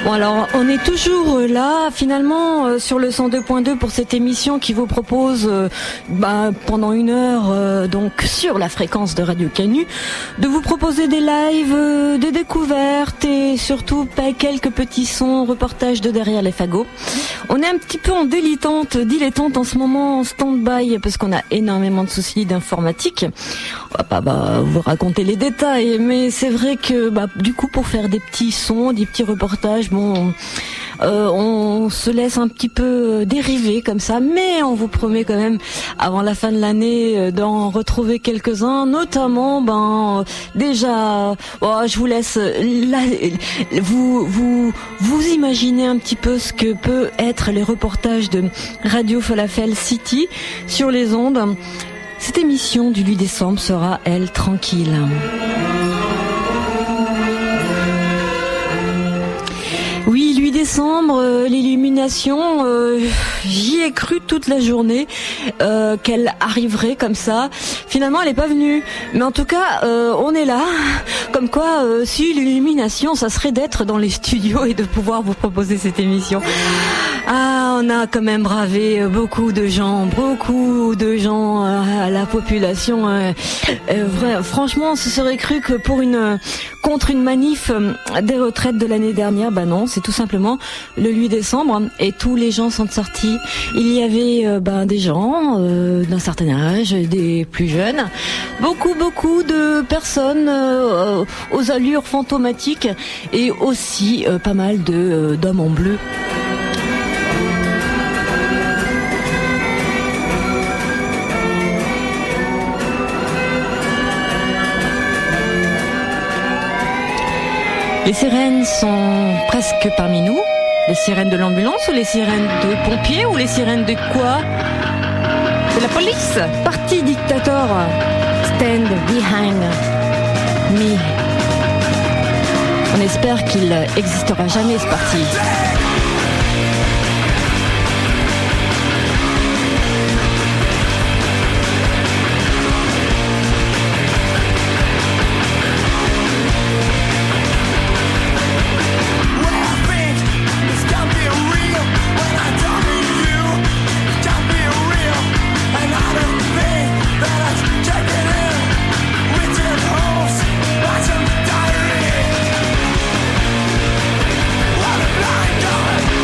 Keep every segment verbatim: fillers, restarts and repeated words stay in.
Bon alors, on est toujours là, finalement, euh, sur le cent deux point deux pour cette émission qui vous propose, euh, bah, pendant une heure, euh, donc sur la fréquence de Radio Canu, de vous proposer des lives, euh, des découvertes et surtout pas quelques petits sons, reportages de derrière les fagots. On est un petit peu en dilettante, dilettante en ce moment, en stand-by, parce qu'on a énormément de soucis d'informatique. On va pas bah, vous raconter les détails, mais c'est vrai que bah, du coup, pour faire des petits sons, des petits reportages, bon, euh, on se laisse un petit peu dériver comme ça, mais on vous promet quand même, avant la fin de l'année, d'en retrouver quelques-uns, notamment, ben, déjà, oh, je vous laisse, là, vous, vous, vous imaginez un petit peu ce que peut être les reportages de Radio Falafel City sur les ondes. Cette émission du huit décembre sera, elle, tranquille. Oui, huit décembre, euh, l'illumination, euh, j'y ai cru toute la journée euh, qu'elle arriverait comme ça. Finalement, elle n'est pas venue. Mais en tout cas, euh, on est là. Comme quoi, euh, si l'illumination, ça serait d'être dans les studios et de pouvoir vous proposer cette émission. Ah, on a quand même bravé beaucoup de gens, beaucoup de gens, euh, la population. Euh, euh, vrai, franchement, on se serait cru que pour une contre une manif euh, des retraites de l'année dernière, bah non, c'est tout simplement le huit décembre et tous les gens sont sortis. Il y avait euh, bah, des gens euh, d'un certain âge, des plus jeunes, beaucoup beaucoup de personnes euh, aux allures fantomatiques et aussi euh, pas mal de euh, d'hommes en bleu. Les sirènes sont presque parmi nous. Les sirènes de l'ambulance ou les sirènes de pompiers ou les sirènes de quoi? De la police. Parti dictator. Stand behind me. On espère qu'il existera jamais ce parti. What a blind guy.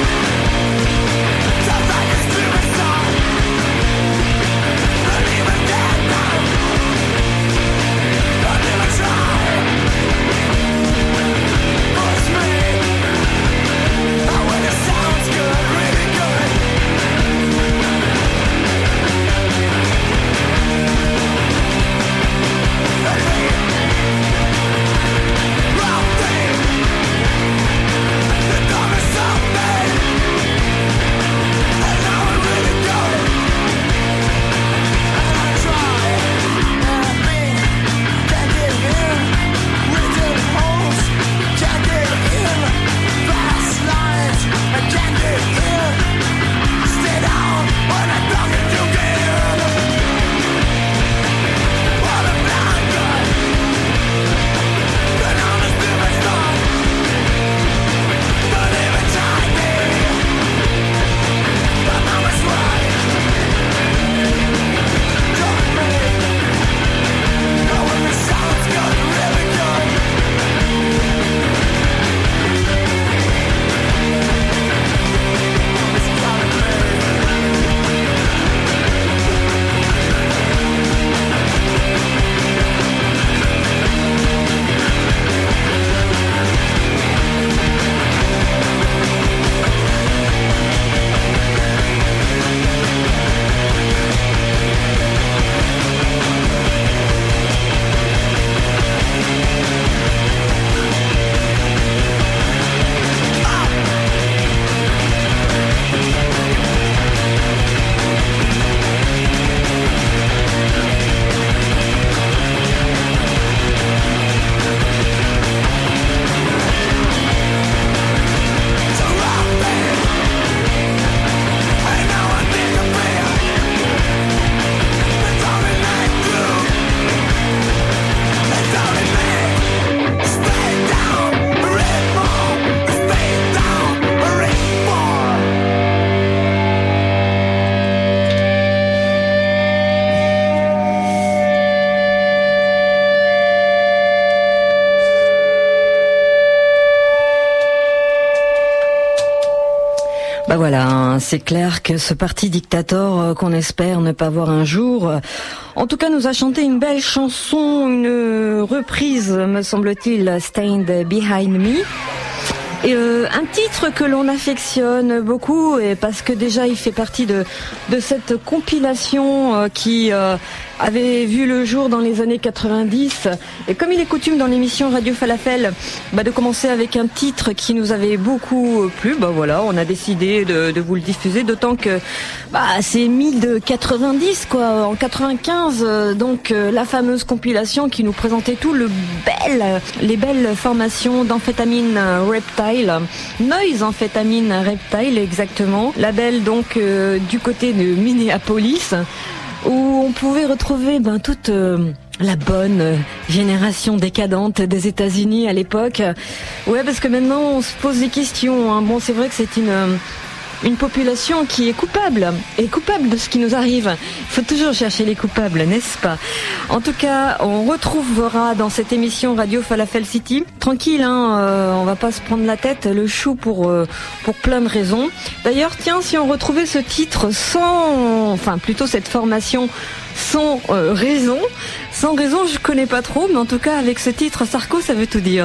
Bah voilà, hein, c'est clair que ce parti dictateur euh, qu'on espère ne pas voir un jour, euh, en tout cas nous a chanté une belle chanson, une reprise, me semble-t-il, Stand Behind Me. Et euh, un titre que l'on affectionne beaucoup, et parce que déjà il fait partie de de cette compilation euh, qui euh, avait vu le jour dans les années quatre-vingt-dix. Et comme il est coutume dans l'émission Radio Falafel, bah, de commencer avec un titre qui nous avait beaucoup plu, bah voilà, on a décidé de, de vous le diffuser, d'autant que bah c'est mille de quatre-vingt-dix quoi, en quatre-vingt-quinze, donc euh, la fameuse compilation qui nous présentait tout le bel, les belles formations d'amphétamine Reptile, Noise Amphétamine Reptile exactement, label donc euh, du côté de Minneapolis, où on pouvait retrouver ben toute euh, la bonne euh, génération décadente des États-Unis à l'époque. Ouais, parce que maintenant on se pose des questions, hein. Bon, c'est vrai que c'est une euh, une population qui est coupable, est coupable de ce qui nous arrive. Il faut toujours chercher les coupables, n'est-ce pas? En tout cas, on retrouvera dans cette émission Radio Falafel City, tranquille, hein, euh, on va pas se prendre la tête, le chou pour euh, pour plein de raisons. D'ailleurs, tiens, si on retrouvait ce titre sans, enfin plutôt cette formation sans euh, raison, sans raison, je connais pas trop, mais en tout cas avec ce titre, Sarko, ça veut tout dire.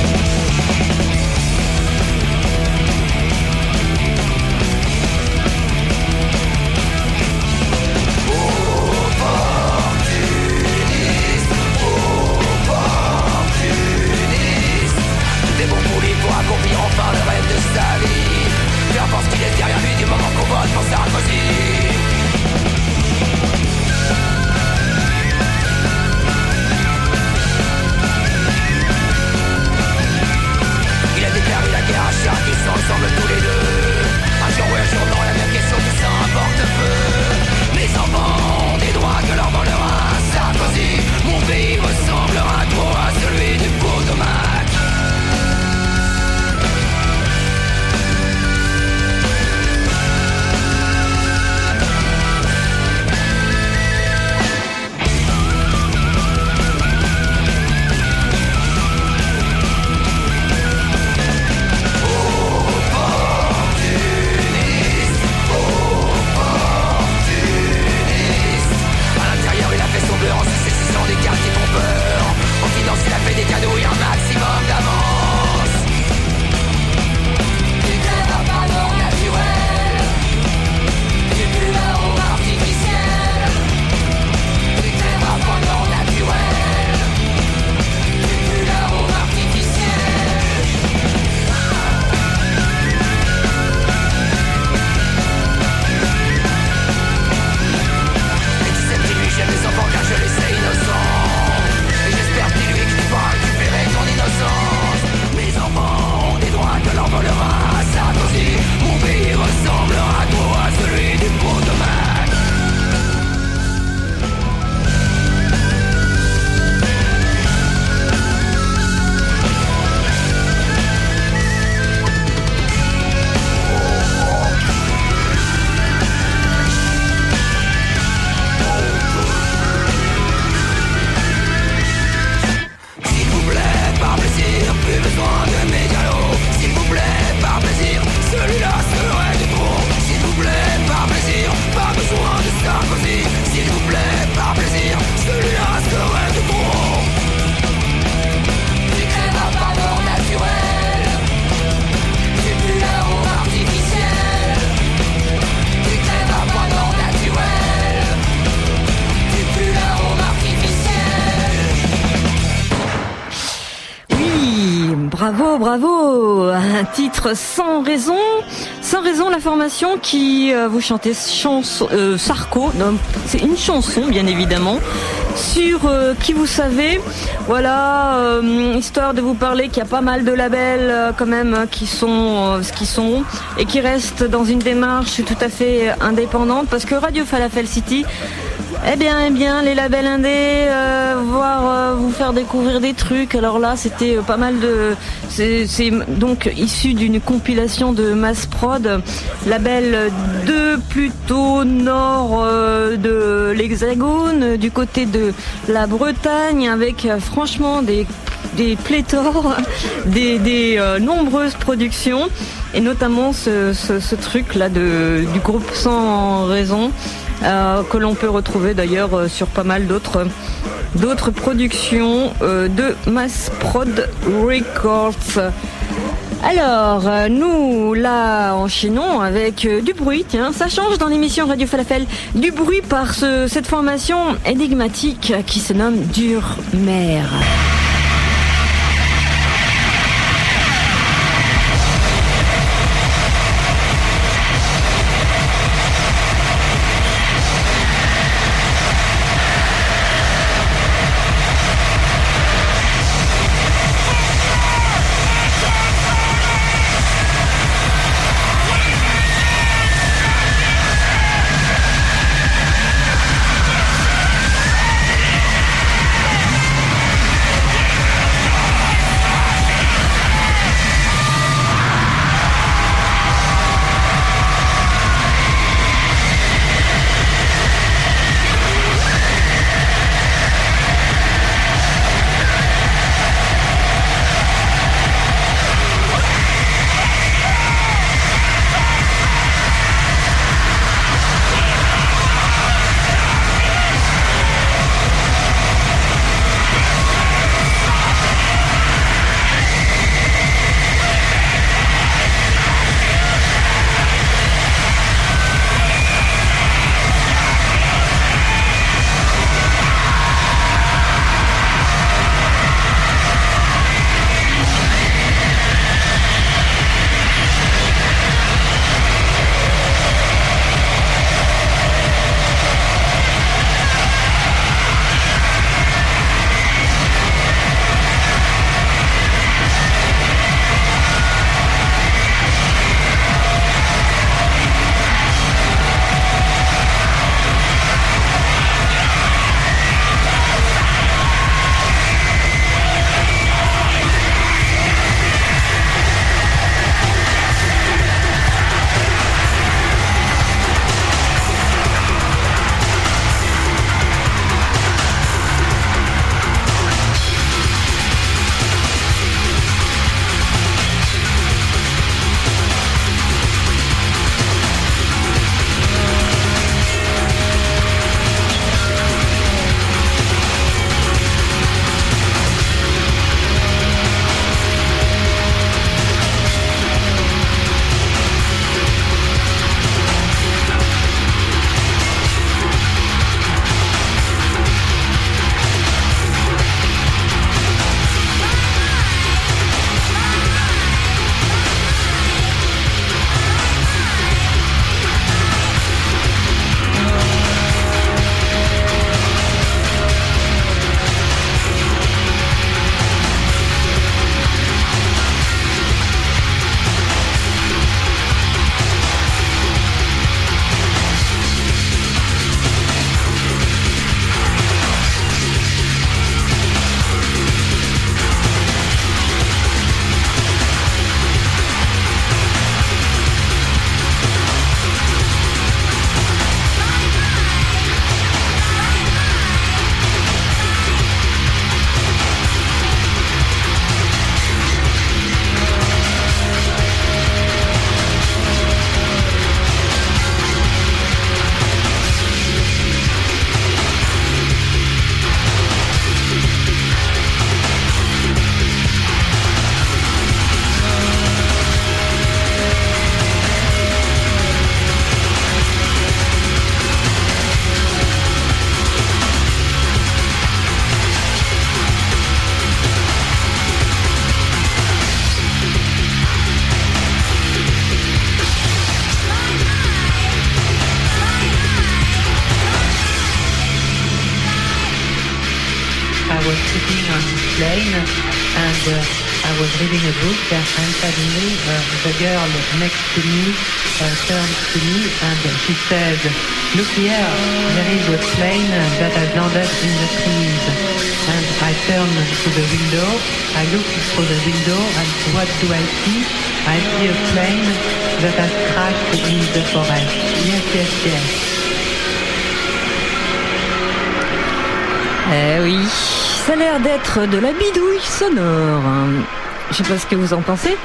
Bravo, bravo, un titre sans raison, sans raison la formation qui euh, vous chantez chanson, euh, Sarko, non, c'est une chanson bien évidemment, sur euh, qui vous savez, voilà, euh, histoire de vous parler qu'il y a pas mal de labels euh, quand même qui sont, euh, qui sont et qui restent dans une démarche tout à fait indépendante, parce que Radio Falafel City, eh bien, eh bien, les labels indés, euh, voir euh, vous faire découvrir des trucs. Alors là, c'était euh, pas mal de. C'est, c'est donc issu d'une compilation de Mass Prod, label de plutôt nord euh, de l'Hexagone, du côté de la Bretagne, avec euh, franchement des des pléthores, des, des euh, nombreuses productions, et notamment ce, ce, ce truc-là de, du groupe Sans Raison, euh, que l'on peut retrouver d'ailleurs sur pas mal d'autres, d'autres productions euh, de Mass Prod Records. Alors, nous, là, enchaînons avec euh, du bruit, tiens, ça change dans l'émission Radio Falafel, du bruit par ce, cette formation énigmatique qui se nomme Dur-Mer. was sitting on this plane and uh, I was reading a book and suddenly uh, the girl next to me uh, turns to me and she says, "Look here, there is a plane that has landed in the trees." And I turn to the window, I look through the window and what do I see? I see a plane that has crashed in the forest. Yes, yes, yes. Eh oui, Ça a l'air d'être de la bidouille sonore. Je sais pas ce que vous en pensez.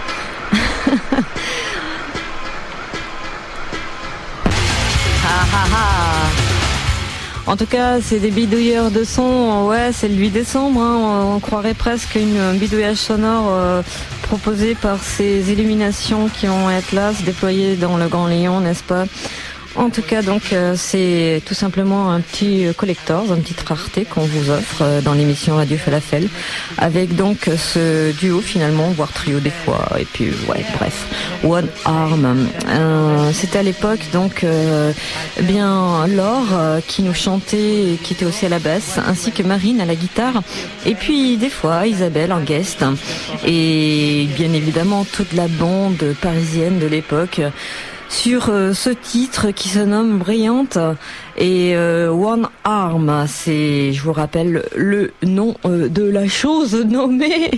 Ah, ah, ah. En tout cas, c'est des bidouilleurs de son. Ouais, c'est le huit décembre. Hein. On croirait presque une bidouillage sonore euh, proposé par ces illuminations qui vont être là, se déployer dans le Grand Lyon, n'est-ce pas? En tout cas, donc, euh, c'est tout simplement un petit collector, un petit rareté qu'on vous offre euh, dans l'émission Radio Falafel, avec donc ce duo finalement, voire trio des fois, et puis ouais, bref, One Arm. Euh, c'était à l'époque donc euh, bien Laure euh, qui nous chantait, et qui était aussi à la basse, ainsi que Marine à la guitare, et puis des fois Isabelle en guest, et bien évidemment toute la bande parisienne de l'époque. Sur euh, ce titre qui se nomme Brillante et euh, One Arm, c'est, je vous rappelle, le nom euh, de la chose nommée.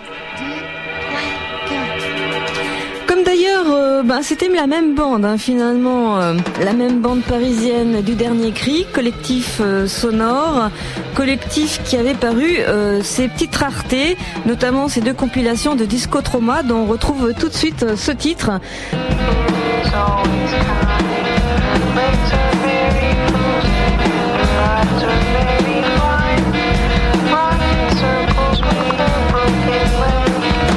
Comme d'ailleurs, euh, ben, c'était la même bande, hein, finalement, euh, la même bande parisienne du Dernier Cri, collectif euh, sonore, collectif qui avait paru euh, ces petites raretés, notamment ces deux compilations de Disco Trauma, dont on retrouve tout de suite euh, ce titre. Always kind, legs are very close, eyes are very fine, running circles with a broken leg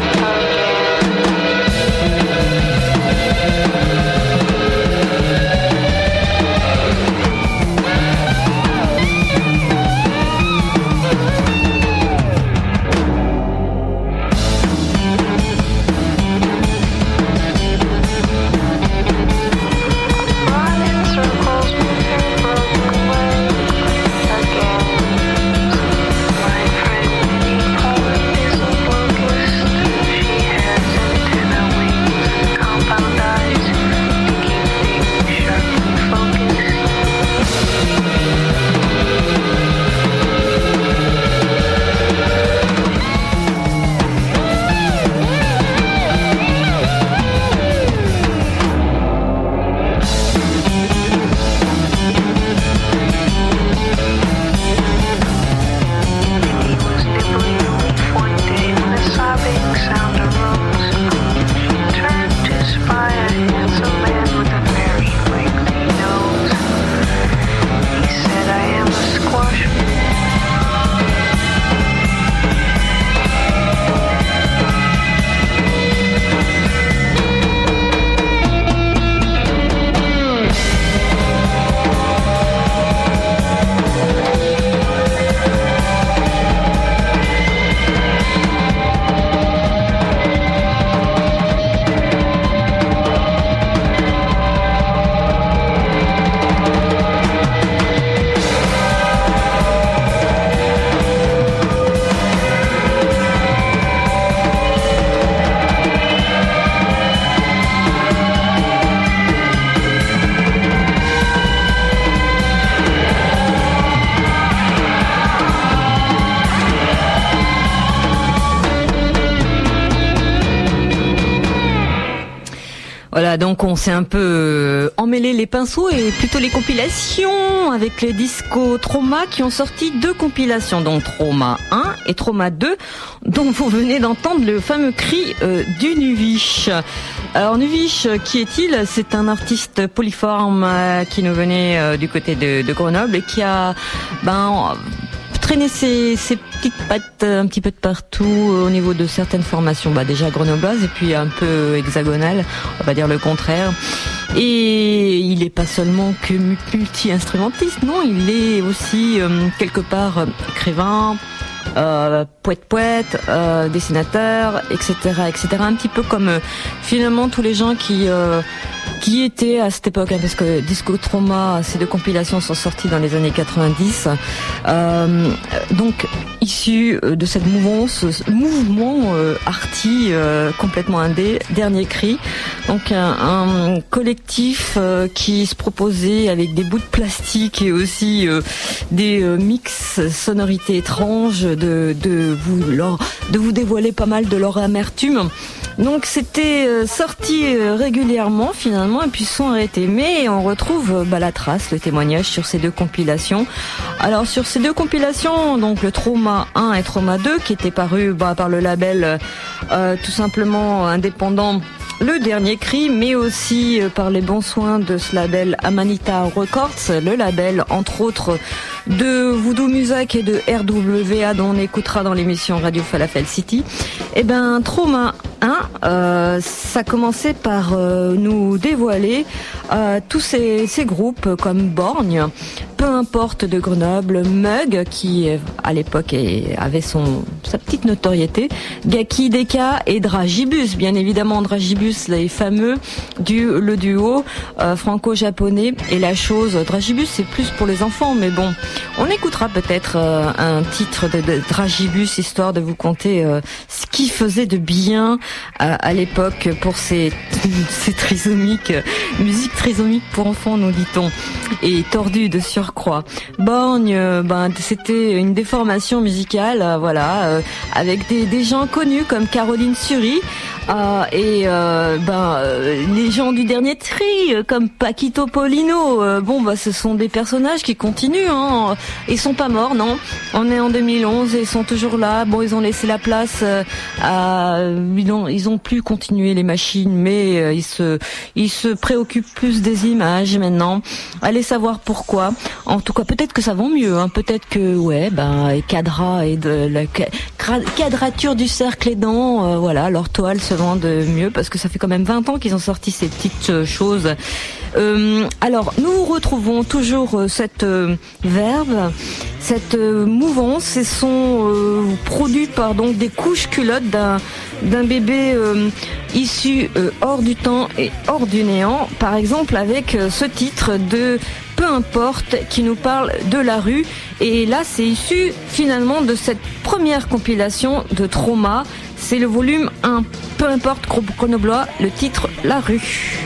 Voilà, donc on s'est un peu emmêlé les pinceaux et plutôt les compilations avec les Disco Trauma qui ont sorti deux compilations, donc Trauma un et Trauma deux, dont vous venez d'entendre le fameux cri euh, du Nuviche. Alors Nuviche, qui est-il? C'est un artiste polyforme euh, qui nous venait euh, du côté de, de Grenoble et qui a ben traîné ses, ses petites pattes un petit peu de partout au niveau de certaines formations, bah déjà grenobloises et puis un peu hexagonales, on va dire le contraire. Et il est pas seulement que multi-instrumentiste, non, il est aussi euh, quelque part euh, écrivain, euh, poète-poète, euh, dessinateur, et cetera, et cetera. Un petit peu comme euh, finalement tous les gens qui euh, qui étaient à cette époque, hein, parce que Disco Trauma, ces deux compilations sont sorties dans les années quatre-vingt-dix, euh, donc issus de cette mouvance, mouvement euh, arty euh, complètement indé, Dernier Cri, donc un, un collectif euh, qui se proposait avec des bouts de plastique et aussi euh, des euh, mix sonorités étranges de de vous leur, de vous dévoiler pas mal de leur amertume. Donc c'était euh, sorti euh, régulièrement finalement et puis sont arrêtés. Mais on retrouve euh, bah, la trace, le témoignage sur ces deux compilations. Alors sur ces deux compilations, donc le Trauma un et Trauma deux qui étaient parus bah, par le label euh, tout simplement indépendant Le Dernier Cri, mais aussi euh, par les bons soins de ce label Amanita Records, le label entre autres de Voodoo Musac et de R W A dont on écoutera dans l'émission Radio Falafel City. Eh ben Trauma un, euh, ça commençait par euh, nous dévoiler euh, tous ces, ces groupes comme Borgne, Peu importe de Grenoble, Mug qui à l'époque avait son sa petite notoriété, Gaki Deka et Dragibus, bien évidemment Dragibus les fameux du le duo euh, franco-japonais. Et la chose, Dragibus c'est plus pour les enfants, mais bon, on écoutera peut-être euh, un titre de, de Dragibus histoire de vous conter euh, ce qui faisait de bien à, à l'époque pour ces ces trisomiques, musique trisomique pour enfants nous dit-on, et tordue de surcroît. Borgne, euh, ben c'était une déformation musicale, euh, voilà, euh, avec des, des gens connus comme Caroline Suri euh, et euh, ben euh, les gens du Dernier Tri euh, comme Paquito Polino. Euh, bon bah ce sont des personnages qui continuent, hein. Ils sont pas morts, non. On est en deux mille onze et ils sont toujours là. Bon, ils ont laissé la place euh, à ils ont ils ont plus continué les machines, mais euh, ils se ils se préoccupent plus des images maintenant. Allez savoir pourquoi. En tout cas, peut-être que ça va mieux, hein. Peut-être que ouais, ben cadra et de la quadrature du cercle aidant, euh, voilà, leur toile se vend de mieux parce que ça fait quand même vingt ans qu'ils ont sorti ces petites choses. Euh, alors, nous retrouvons toujours euh, cette euh, verve, cette euh, mouvance, et sont euh, produits par donc des couches culottes d'un d'un bébé euh, issu euh, hors du temps et hors du néant. Par exemple, avec euh, ce titre de Peu importe, qui nous parle de la rue. Et là, c'est issu finalement de cette première compilation de Trauma. C'est le volume un, Peu importe, groupe grenoblois, le titre La rue.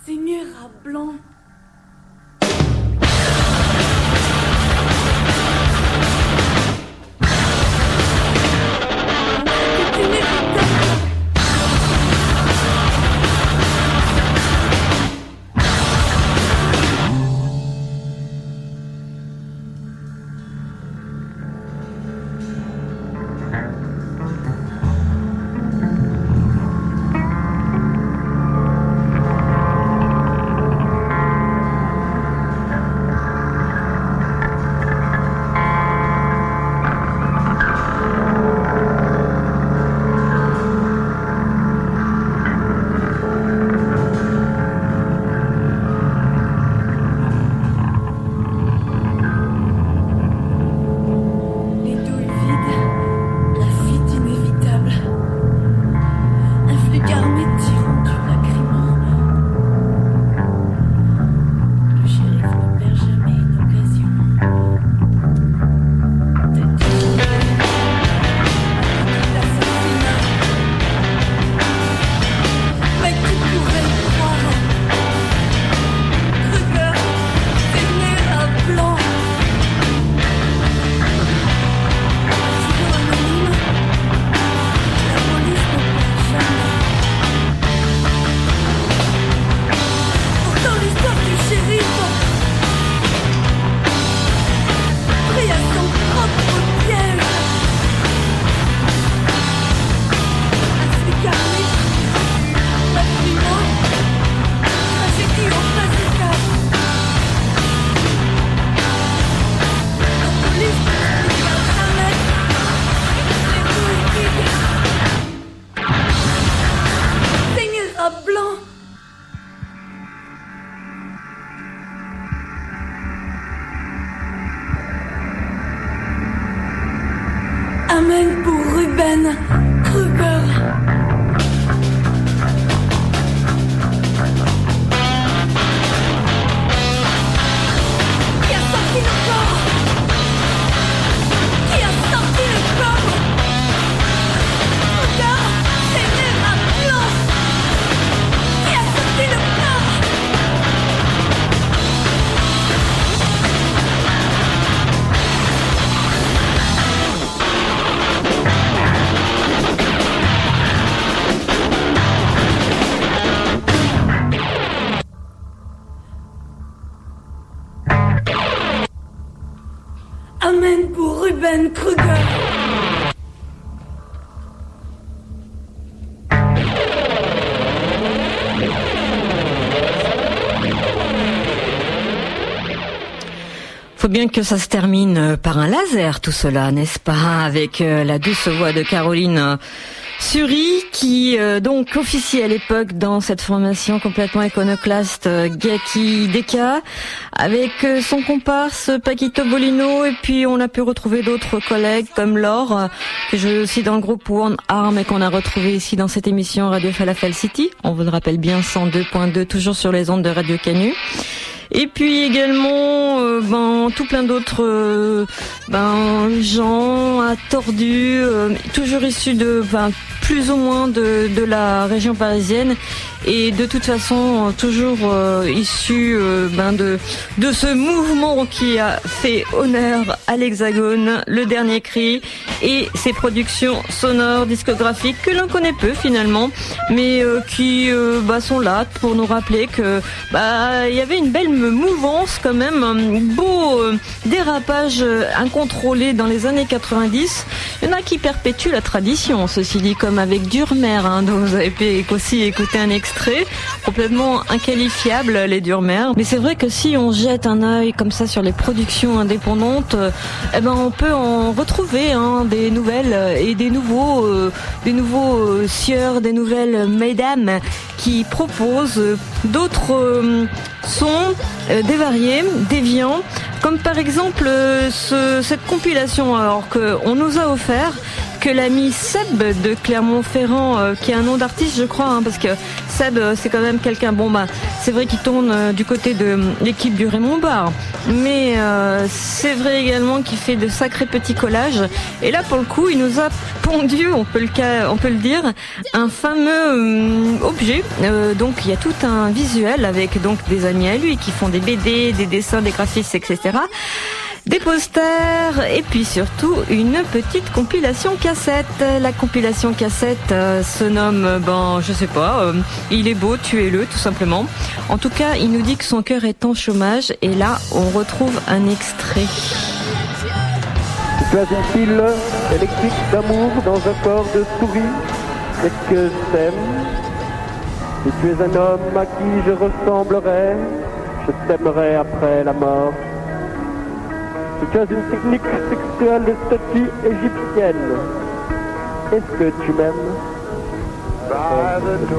Seigneur à blanc. Amen pour Ruben Kruger. Qui a sorti le corps? Qui a sorti le corps? Regarde, c'est même un blanc. Qui a sorti le corps? Amen pour Ruben Kruger. Faut bien que ça se termine par un laser, tout cela, n'est-ce pas? Avec la douce voix de Caroline Suri, qui euh, donc officie à l'époque dans cette formation complètement iconoclaste euh, Gaki Deka, avec euh, son comparse Paquito Bolino, et puis on a pu retrouver d'autres collègues comme Laure, euh, que je suis dans le groupe One Arm et qu'on a retrouvé ici dans cette émission Radio Falafel City. On vous le rappelle bien, cent deux point deux, toujours sur les ondes de Radio Canu. Et puis également euh, ben tout plein d'autres euh, ben gens à tordus, euh, toujours issus de ben, plus ou moins de, de la région parisienne, et de toute façon euh, toujours euh, issus euh, ben de de ce mouvement qui a fait honneur à l'Hexagone, le Dernier Cri et ses productions sonores discographiques que l'on connaît peu finalement, mais euh, qui euh, bah, sont là pour nous rappeler que bah il y avait une belle mouvance quand même, un beau euh, dérapage incontrôlé dans les années quatre-vingt-dix. Il y en a qui perpétuent la tradition, ceci dit, comme avec Durmer, hein, dont vous avez pu aussi écouter un extrait, complètement inqualifiable les Durmer. Mais c'est vrai que si on jette un œil comme ça sur les productions indépendantes, euh, eh ben on peut en retrouver hein, des nouvelles et des nouveaux, euh, des nouveaux euh, sieurs, des nouvelles mesdames qui proposent euh, d'autres euh, sons euh, dévariés, déviants, comme par exemple euh, ce, cette compilation alors que on nous a offert, que l'ami Seb de Clermont-Ferrand, euh, qui a un nom d'artiste, je crois, hein, parce que Seb, euh, c'est quand même quelqu'un, bon bah, c'est vrai qu'il tourne euh, du côté de euh, l'équipe du Raymond Barre, mais euh, c'est vrai également qu'il fait de sacrés petits collages. Et là, pour le coup, il nous a pondu, on peut le, on peut le dire, un fameux euh, objet. Euh, donc, il y a tout un visuel avec donc des amis à lui qui font des B D, des dessins, des graphismes, et cetera. Des posters et puis surtout une petite compilation cassette. La compilation cassette euh, se nomme, euh, ben je sais pas, euh, il est beau, tuez-le tout simplement. En tout cas, il nous dit que son cœur est en chômage et là, on retrouve un extrait. Si tu as une pile électrique d'amour dans un corps de souris, est-ce que je t'aime? Si tu es un homme à qui je ressemblerai, je t'aimerai après la mort. Si tu as une technique sexuelle de statue égyptienne, est-ce que tu m'aimes? Ah,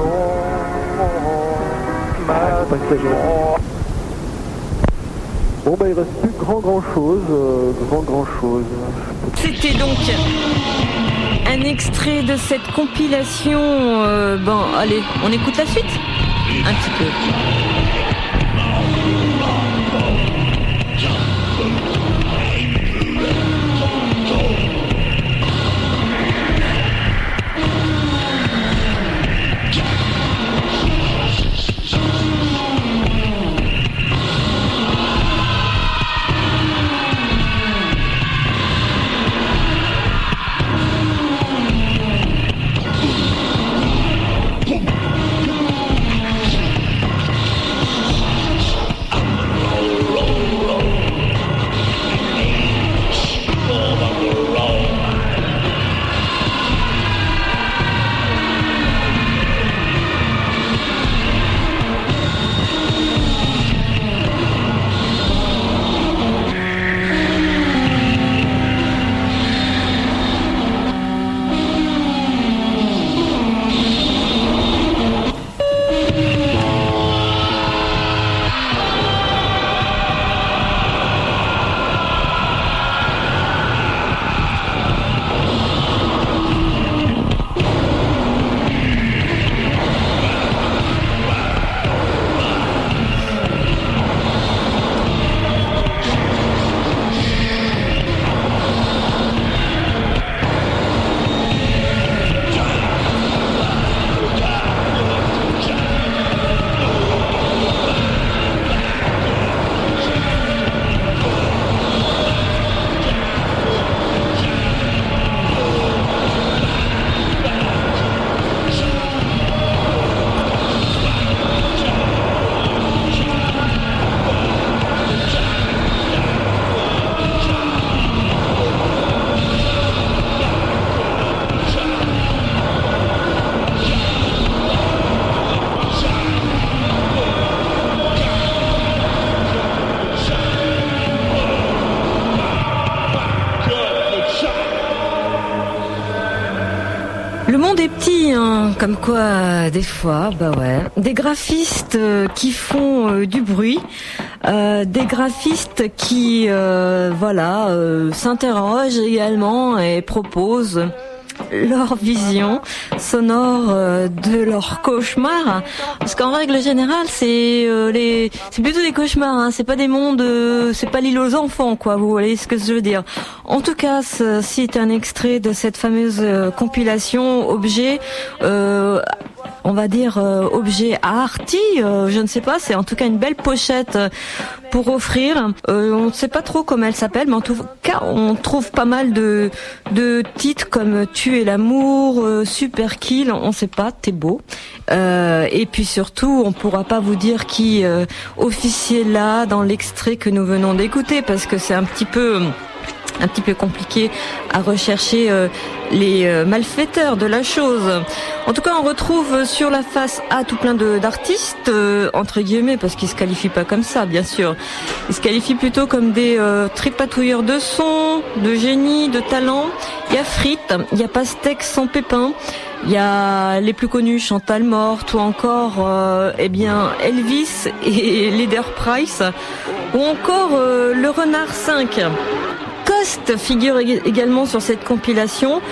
bon bah il reste plus grand grand chose, euh, grand grand chose. C'était donc un extrait de cette compilation. Euh, bon, allez, on écoute la suite un petit peu. Le monde est petit, hein, comme quoi, euh, des fois, bah ouais. Des graphistes euh, qui font euh, du bruit, euh, des graphistes qui, euh, voilà, euh, s'interrogent également et proposent leur vision sonore euh, de leur cauchemar, parce qu'en règle générale c'est euh, les c'est plutôt des cauchemars, hein, c'est pas des mondes, euh, c'est pas l'île aux enfants, quoi, vous voyez ce que je veux dire. En tout cas, c'est un extrait de cette fameuse euh, compilation objet, euh, on va dire euh, objet arty, euh, je ne sais pas, c'est en tout cas une belle pochette euh, pour offrir. Euh, on ne sait pas trop comment elle s'appelle, mais en tout cas on trouve pas mal de de titres comme Tuer l'amour, euh, Super Kill, on ne sait pas, t'es beau. Euh, et puis surtout, on pourra pas vous dire qui euh, officiait là dans l'extrait que nous venons d'écouter, parce que c'est un petit peu un petit peu compliqué à rechercher euh, les euh, malfaiteurs de la chose. En tout cas, on retrouve sur la face A tout plein de d'artistes, euh, entre guillemets, parce qu'ils se qualifient pas comme ça, bien sûr. Ils se qualifient plutôt comme des euh, tripatouilleurs de son, de génie, de talent. Il y a Frites, il y a Pastèque sans pépin, il y a les plus connus, Chantal Morte, ou encore euh, eh bien Elvis et Leader Price, ou encore euh, le Renard cinq. Cost figure également sur cette compilation.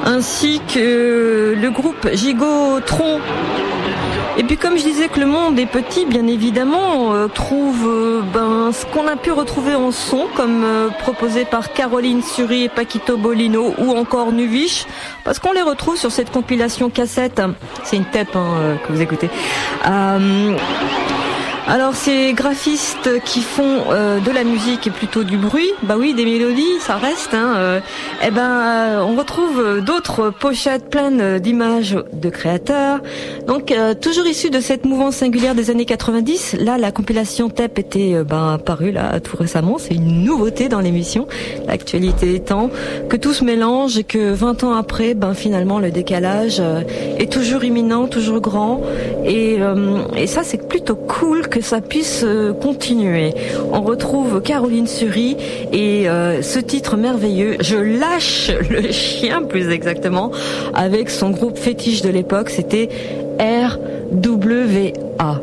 ainsi que le groupe Gigotron. Et puis comme je disais que le monde est petit, bien évidemment, euh, trouve euh, ben, ce qu'on a pu retrouver en son, comme euh, proposé par Caroline Suri et Paquito Bolino, ou encore Nuvish, parce qu'on les retrouve sur cette compilation cassette. C'est une tape hein, euh, que vous écoutez. Euh, Alors ces graphistes qui font euh, de la musique et plutôt du bruit, bah oui, des mélodies, ça reste. Hein, euh, eh ben, euh, on retrouve d'autres pochettes pleines d'images de créateurs. Donc euh, toujours issus de cette mouvance singulière des années quatre-vingt-dix. Là, la compilation T E P était euh, ben parue là tout récemment. C'est une nouveauté dans l'émission. L'actualité étant que tout se mélange et que vingt ans après, ben finalement le décalage euh, est toujours imminent, toujours grand. Et, euh, et ça, c'est plutôt cool que ça puisse euh, continuer. On retrouve Caroline Suri et euh, ce titre merveilleux, Je lâche le chien plus exactement, avec son groupe fétiche de l'époque, c'était R W A.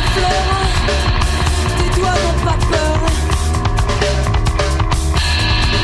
Tes doigts n'ont pas peur.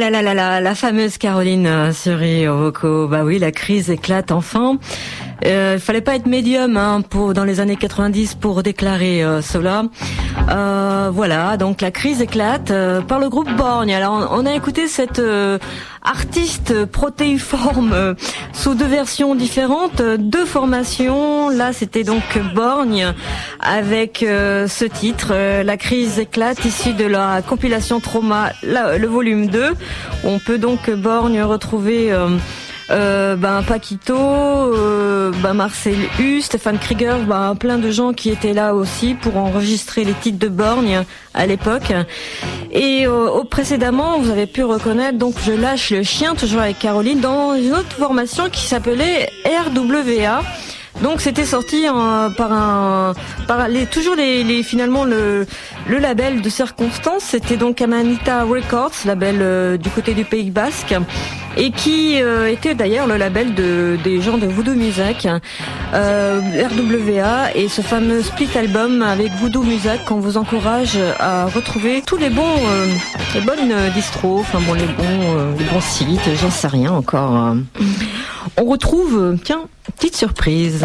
là là là là, la fameuse Caroline Surry au vocaux. Bah oui, la crise éclate enfin. Euh, il fallait pas être médium hein, pour dans les années quatre-vingt-dix pour déclarer euh, cela. Euh, voilà, donc la crise éclate euh, par le groupe Borgne. Alors on, on a écouté cette euh, artiste protéiforme euh, sous deux versions différentes, euh, deux formations. Là, c'était donc Borgne avec euh, ce titre, euh, La crise éclate, issu de la compilation Trauma, la, le volume deux. On peut donc Borgne retrouver euh, Euh, ben Paquito, euh, ben Marcel Hu, Stéphane Krieger, ben plein de gens qui étaient là aussi pour enregistrer les titres de Borgne à l'époque. Et euh, au précédemment, vous avez pu reconnaître donc Je lâche le chien, toujours avec Caroline, dans une autre formation qui s'appelait R W A. Donc c'était sorti en, par un, par les, toujours les, les finalement le, le label de circonstance. C'était donc Amanita Records, label euh, du côté du Pays Basque, et qui euh, était d'ailleurs le label de des gens de Voodoo Music, euh, R W A, et ce fameux split album avec Voodoo Music qu'on vous encourage à retrouver tous les bons, euh, les bonnes distros, enfin bon les bons, euh, les bons sites, j'en sais rien encore. On retrouve, tiens, petite surprise.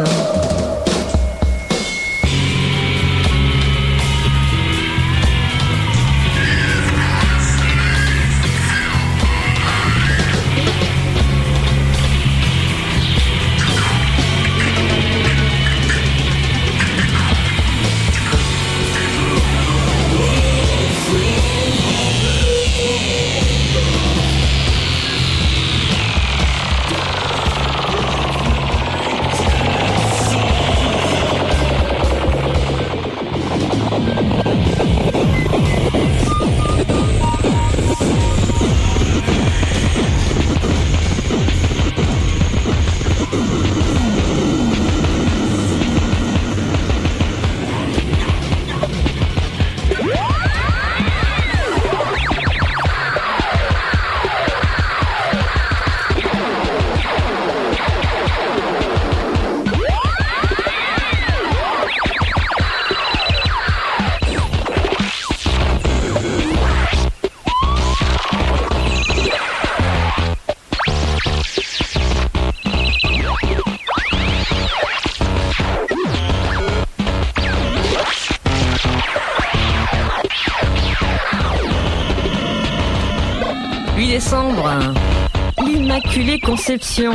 huit décembre, l'Immaculée Conception.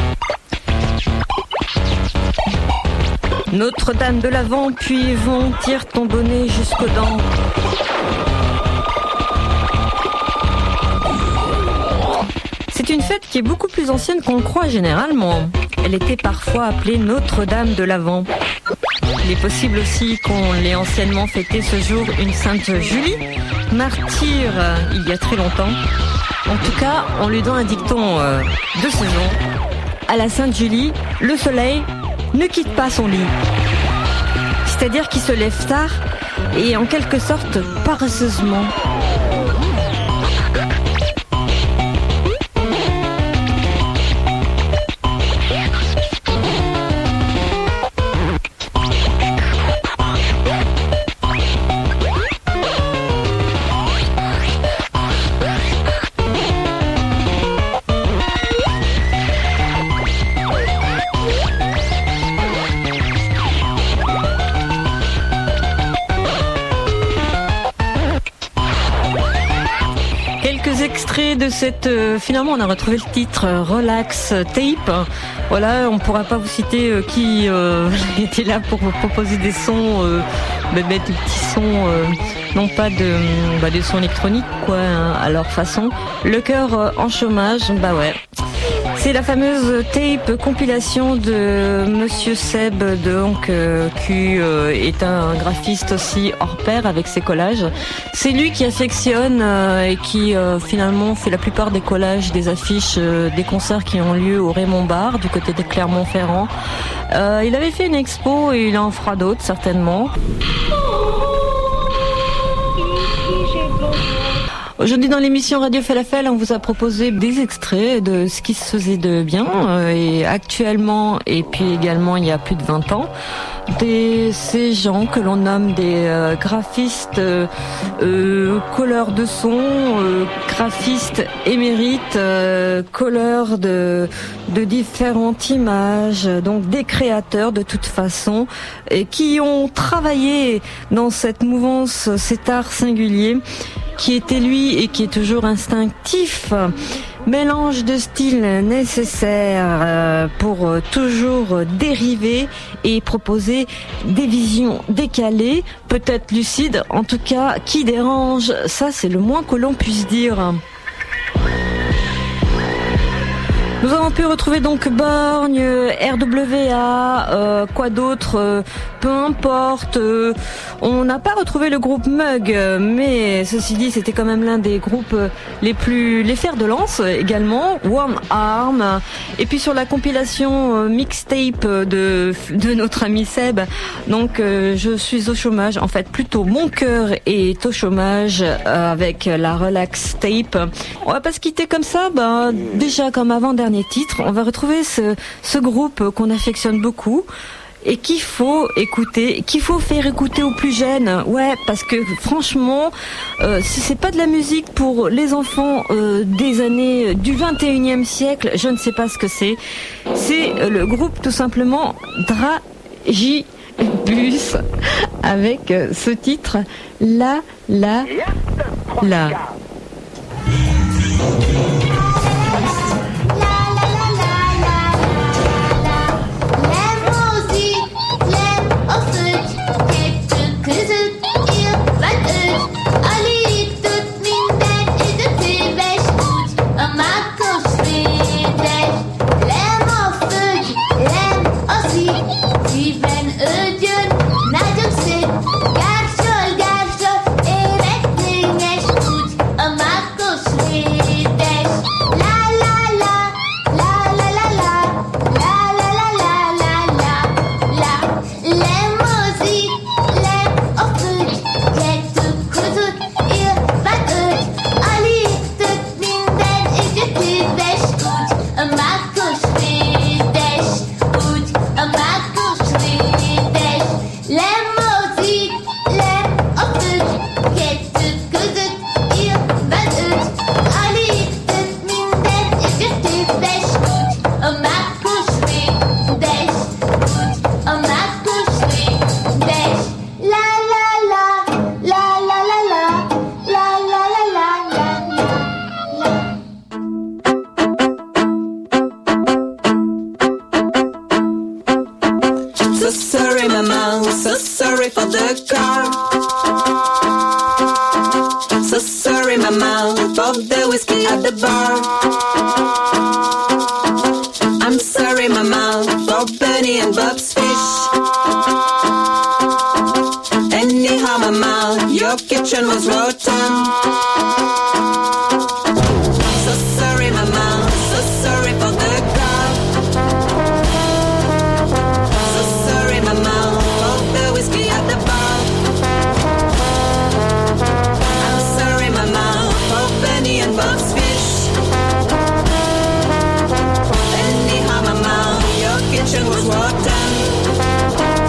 Notre-Dame de l'Avent, puis Yvon, tire ton bonnet jusqu'aux dents. C'est une fête qui est beaucoup plus ancienne qu'on le croit généralement. Elle était parfois appelée Notre-Dame de l'Avent. Il est possible aussi qu'on l'ait anciennement fêté ce jour une Sainte Julie, martyre euh, il y a très longtemps. En tout cas, on lui donne un dicton euh, de saison. À la Sainte Julie, le soleil ne quitte pas son lit. C'est-à-dire qu'il se lève tard et en quelque sorte paresseusement. De cette, euh, finalement, on a retrouvé le titre euh, Relax Tape. Voilà, on pourra pas vous citer euh, qui euh, était là pour vous proposer des sons, euh, bah, mettre des petits sons, euh, non pas de, bah, des sons électroniques, quoi, hein, à leur façon. Le cœur euh, en chômage, bah ouais. C'est la fameuse tape compilation de Monsieur Seb, donc euh, qui euh, est un graphiste aussi hors pair avec ses collages. C'est lui qui affectionne euh, et qui euh, finalement fait la plupart des collages, des affiches, euh, des concerts qui ont lieu au Raymond Bar du côté de Clermont-Ferrand. Euh, il avait fait une expo et il en fera d'autres certainement. Aujourd'hui dans l'émission Radio Falafel, on vous a proposé des extraits de ce qui se faisait de bien euh, et actuellement et puis également il y a plus de vingt ans, des ces gens que l'on nomme des euh, graphistes, euh, euh, colleurs de son, euh, graphistes émérites, euh, colleurs de de différentes images, donc des créateurs de toute façon et qui ont travaillé dans cette mouvance, cet art singulier qui était lui et qui est toujours instinctif, mélange de styles nécessaires pour toujours dériver et proposer des visions décalées, peut-être lucides, en tout cas qui dérangent, ça c'est le moins que l'on puisse dire. Nous avons pu retrouver donc Borgne, R W A, euh, quoi d'autre, euh, peu importe. Euh, on n'a pas retrouvé le groupe Mug, mais ceci dit, c'était quand même l'un des groupes les plus, les fers de lance également. One Arm. Et puis sur la compilation euh, mixtape de de notre ami Seb. Donc euh, je suis au chômage. En fait, plutôt mon cœur est au chômage euh, avec la Relax Tape. On va pas se quitter comme ça. Ben déjà comme avant dernier titre, on va retrouver ce, ce groupe qu'on affectionne beaucoup et qu'il faut écouter, qu'il faut faire écouter aux plus jeunes. Ouais, parce que franchement, euh, si c'est pas de la musique pour les enfants euh, des années du vingt et unième siècle, je ne sais pas ce que c'est. C'est euh, le groupe tout simplement Dragibus avec euh, ce titre La La La.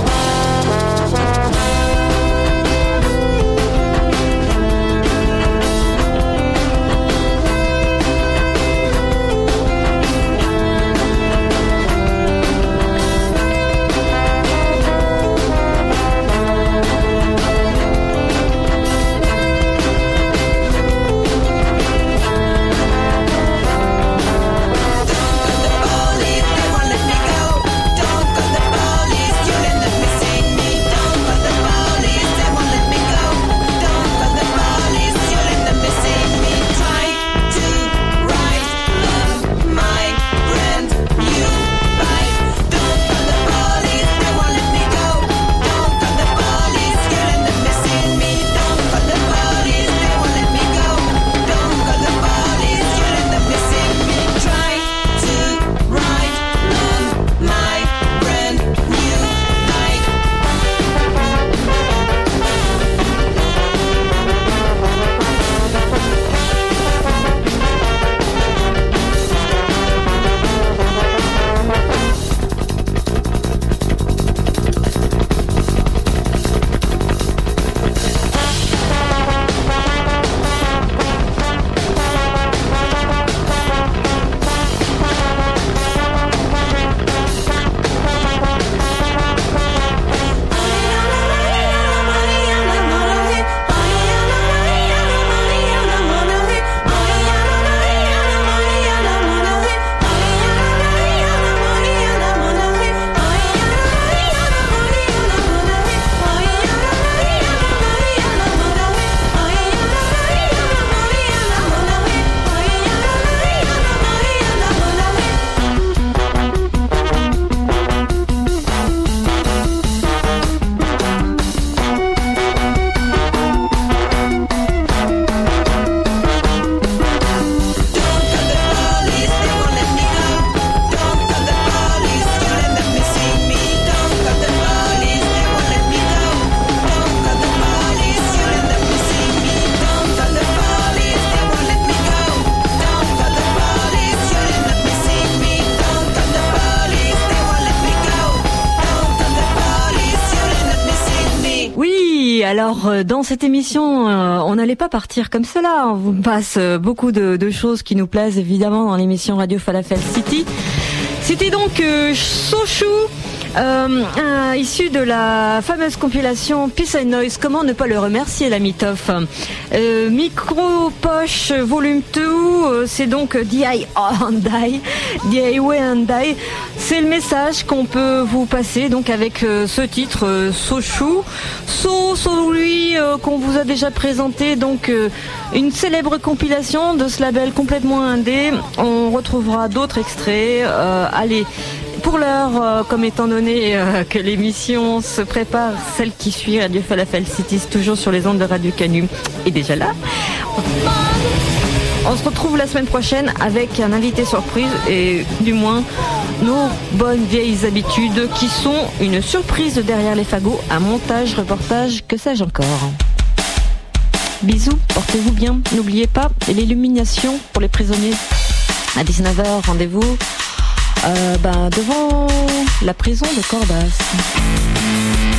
Thank you. alors euh, dans cette émission, euh, on n'allait pas partir comme cela. On vous passe euh, beaucoup de, de choses qui nous plaisent évidemment dans l'émission Radio Falafel City. C'était donc euh, Sochou, euh, euh, issu de la fameuse compilation Peace and Noise. Comment ne pas le remercier, l'ami Toff. euh, Micro Poche Volume deux, euh, c'est donc D I and Die, D I Way and Die. C'est le message qu'on peut vous passer donc avec euh, ce titre euh, Sochou. So, celui euh, qu'on vous a déjà présenté, donc euh, une célèbre compilation de ce label complètement indé. On retrouvera d'autres extraits. Euh, allez, pour l'heure, euh, comme étant donné euh, que l'émission se prépare, celle qui suit Radio Falafel City, toujours sur les ondes de Radio Canu, est déjà là. On se retrouve la semaine prochaine avec un invité surprise et du moins nos bonnes vieilles habitudes qui sont une surprise de derrière les fagots, un montage, reportage, que sais-je encore. Bisous, portez-vous bien. N'oubliez pas l'illumination pour les prisonniers. À dix-neuf heures, rendez-vous euh, ben, devant la prison de Corbas.